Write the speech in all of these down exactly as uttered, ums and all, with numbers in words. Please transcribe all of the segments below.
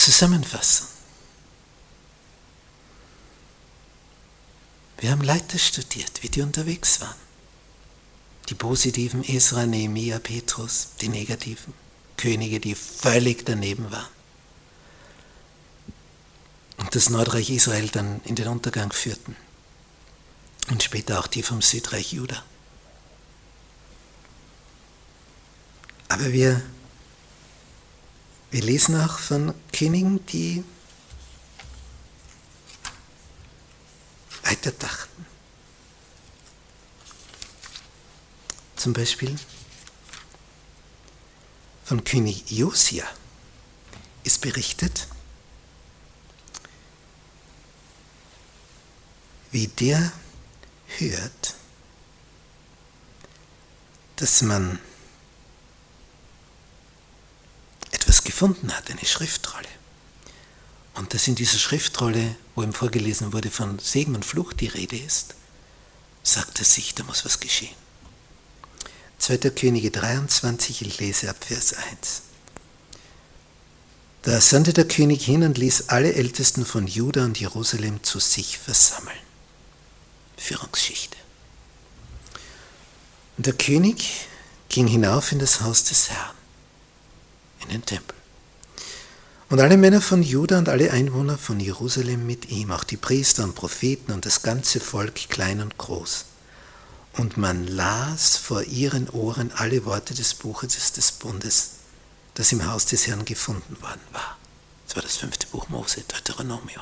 Zusammenfassung. Wir haben Leiter studiert, wie die unterwegs waren. Die positiven, Esra, Nehemia, Petrus, die negativen, Könige, die völlig daneben waren. Und das Nordreich Israel dann in den Untergang führten. Und später auch die vom Südreich Juda. Aber wir, wir lesen auch von Königen, die weiter dachten. Zum Beispiel von König Josia ist berichtet, wie der hört, dass man etwas gefunden hat, eine Schriftrolle. Und dass in dieser Schriftrolle, wo ihm vorgelesen wurde, von Segen und Fluch die Rede ist, sagt er sich, da muss was geschehen. zweiter Könige dreiundzwanzig, ich lese ab Vers eins. Da sandte der König hin und ließ alle Ältesten von Juda und Jerusalem zu sich versammeln. Führungsschichte. Und der König ging hinauf in das Haus des Herrn, in den Tempel. Und alle Männer von Juda und alle Einwohner von Jerusalem mit ihm, auch die Priester und Propheten und das ganze Volk, klein und groß. Und man las vor ihren Ohren alle Worte des Buches des Bundes, das im Haus des Herrn gefunden worden war. Das war das fünfte Buch Mose, Deuteronomion.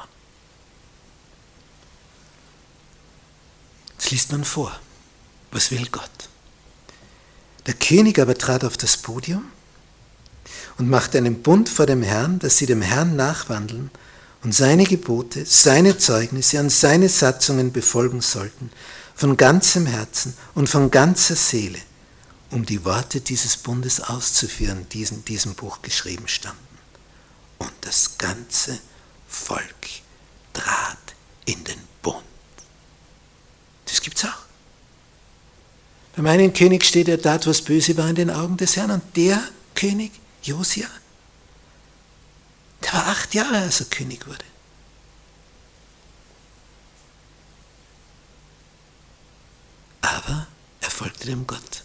Das liest man vor. Was will Gott? Der König aber trat auf das Podium und machte einen Bund vor dem Herrn, dass sie dem Herrn nachwandeln und seine Gebote, seine Zeugnisse und seine Satzungen befolgen sollten, von ganzem Herzen und von ganzer Seele, um die Worte dieses Bundes auszuführen, die in diesem Buch geschrieben standen. Und das ganze Volk trat in den Bund. Das gibt's auch. Beim einen König steht, er tat, was böse war in den Augen des Herrn. Und der König, Josia, der war acht Jahre, als er König wurde. Aber er folgte dem Gott,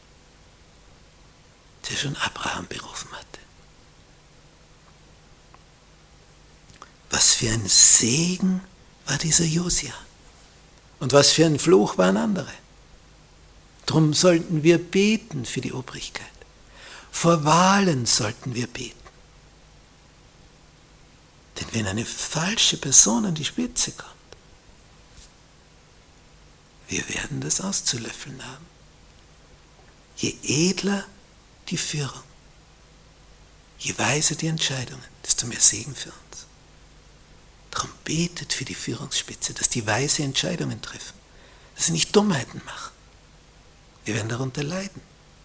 der schon Abraham berufen hatte. Was für ein Segen war dieser Josia. Und was für ein Fluch waren andere. Darum sollten wir beten für die Obrigkeit. Vor Wahlen sollten wir beten. Denn wenn eine falsche Person an die Spitze kommt, wir werden das auszulöffeln haben. Je edler die Führung, je weiser die Entscheidungen, desto mehr Segen für uns. Darum betet für die Führungsspitze, dass die weise Entscheidungen treffen, dass sie nicht Dummheiten machen. Wir werden darunter leiden.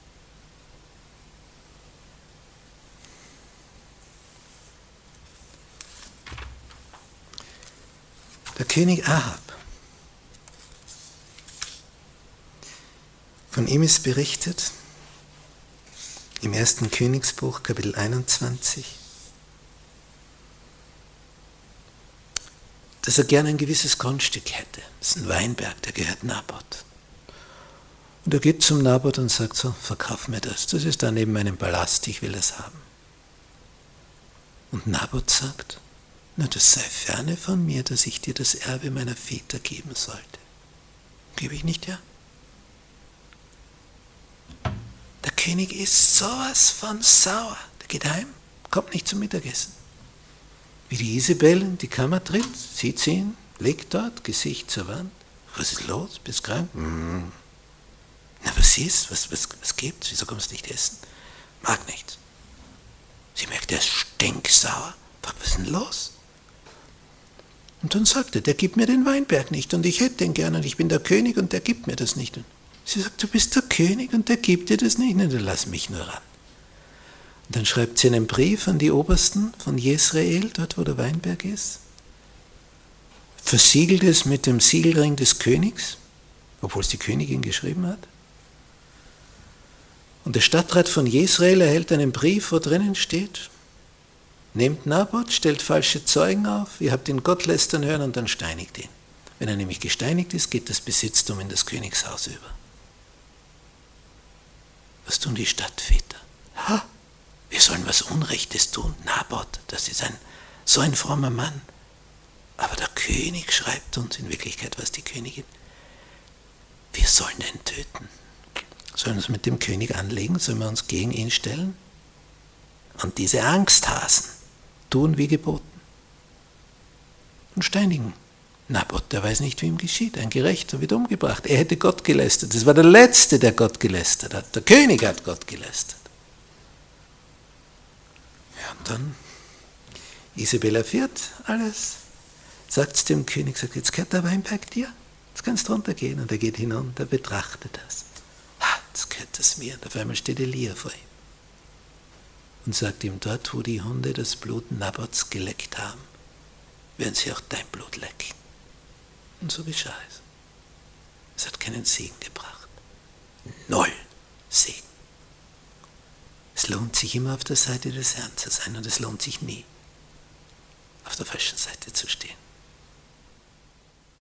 Der König Ahab, von ihm ist berichtet im ersten Königsbuch, Kapitel einundzwanzig, dass er gerne ein gewisses Grundstück hätte. Das ist ein Weinberg, der gehört Naboth. Und er geht zum Naboth und sagt so, verkauf mir das, das ist da neben meinem Palast, ich will das haben. Und Naboth sagt, na, das sei ferne von mir, dass ich dir das Erbe meiner Väter geben sollte. Gebe ich nicht her? Der König ist sowas von sauer. Der geht heim, kommt nicht zum Mittagessen. Wie die Isabel in die Kammer tritt, sieht sie ihn, liegt dort, Gesicht zur Wand. Was ist los? Bist krank? Mm. Na, was ist? Was, was, was gibt's? Wieso kommst du nicht essen? Mag nichts. Sie merkt, er ist stinksauer. Was ist denn los? Und dann sagt er, der gibt mir den Weinberg nicht und ich hätte den gern und ich bin der König und der gibt mir das nicht. Und sie sagt, du bist der König und der gibt dir das nicht. Na, dann lass mich nur ran. Und dann schreibt sie einen Brief an die Obersten von Jesrael, dort wo der Weinberg ist, versiegelt es mit dem Siegelring des Königs, obwohl es die Königin geschrieben hat. Und der Stadtrat von Jesrael erhält einen Brief, wo drinnen steht, Nehmt Naboth, stellt falsche Zeugen auf, ihr habt ihn Gott lästern hören und dann steinigt ihn. Wenn er nämlich gesteinigt ist, geht das Besitztum in das Königshaus über. Was tun die Stadtväter? Ha, wir sollen was Unrechtes tun. Naboth, das ist ein, so ein frommer Mann. Aber der König schreibt uns, in Wirklichkeit war es die Königin, wir sollen ihn töten. Sollen wir uns mit dem König anlegen? Sollen wir uns gegen ihn stellen? Und diese Angsthasen tun wie geboten und steinigen Naboth, der weiß nicht, wie ihm geschieht. Ein Gerechter wird umgebracht. Er hätte Gott gelästert. Das war der Letzte, der Gott gelästert hat. Der König hat Gott gelästert. Ja, und dann, Isabel erfährt alles, sagt es dem König, sagt, jetzt gehört der Weinberg dir, jetzt kannst du runtergehen. Und er geht hinunter, betrachtet das. Ha, jetzt gehört das mir. Und auf einmal steht Elia vor ihm und sagt ihm, dort, wo die Hunde das Blut Naboths geleckt haben, werden sie auch dein Blut lecken. Und so geschah es. Es hat keinen Segen gebracht. Null Segen. Es lohnt sich immer auf der Seite des Herrn zu sein und es lohnt sich nie, auf der falschen Seite zu stehen.